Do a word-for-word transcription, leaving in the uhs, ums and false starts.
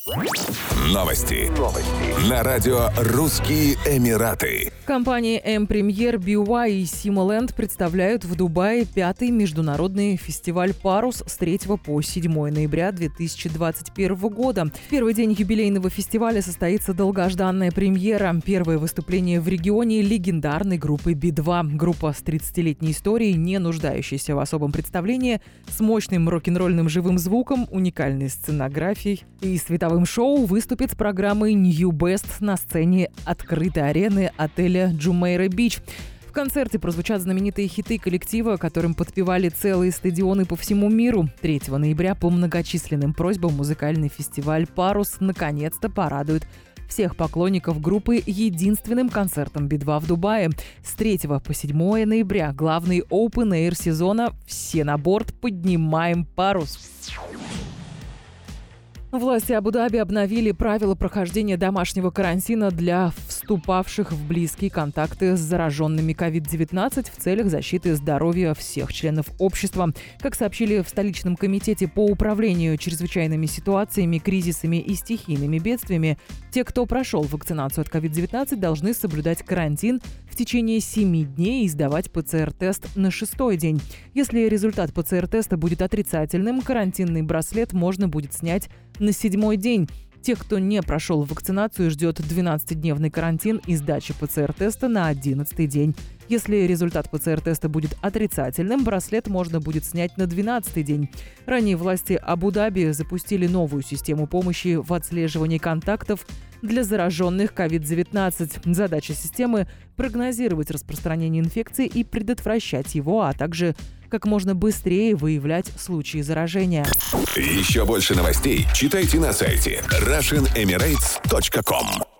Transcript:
Новости. Новости. На радио «Русские Эмираты». Компании M-Premier, би уай и Симоленд представляют в Дубае пятый международный фестиваль «Парус» с третьего по седьмое ноября две тысячи двадцать первого года. В первый день юбилейного фестиваля состоится долгожданная премьера. Первое выступление в регионе легендарной группы би два. Группа с тридцатилетней историей, не нуждающаяся в особом представлении, с мощным рок-н-ролльным живым звуком, уникальной сценографией и световым шоу выступит с программой New Best на сцене открытой арены отеля Джумейра Бич. В концерте прозвучат знаменитые хиты коллектива, которым подпевали целые стадионы по всему миру. третьего ноября по многочисленным просьбам музыкальный фестиваль «Парус» наконец-то порадует всех поклонников группы единственным концертом би два в Дубае. С третьего по седьмое ноября главный Open Air сезона «Все на борт, поднимаем парус». Власти Абу-Даби обновили правила прохождения домашнего карантина для вступавших в близкие контакты с зараженными ковид девятнадцать в целях защиты здоровья всех членов общества. Как сообщили в столичном комитете по управлению чрезвычайными ситуациями, кризисами и стихийными бедствиями, те, кто прошел вакцинацию от ковид девятнадцать, должны соблюдать карантин в течение семи дней и сдавать ПЦР-тест на шестой день. Если результат ПЦР-теста будет отрицательным, карантинный браслет можно будет снять на седьмой день. Тех, кто не прошел вакцинацию, ждет двенадцатидневный карантин и сдача ПЦР-теста на одиннадцатый день. Если результат ПЦР-теста будет отрицательным, браслет можно будет снять на двенадцатый день. Ранее власти Абу-Даби запустили новую систему помощи в отслеживании контактов для зараженных ковид девятнадцать. Задача системы – прогнозировать распространение инфекции и предотвращать его, а также как можно быстрее выявлять случаи заражения. Еще больше новостей читайте на сайте Russian Emirates точка ком.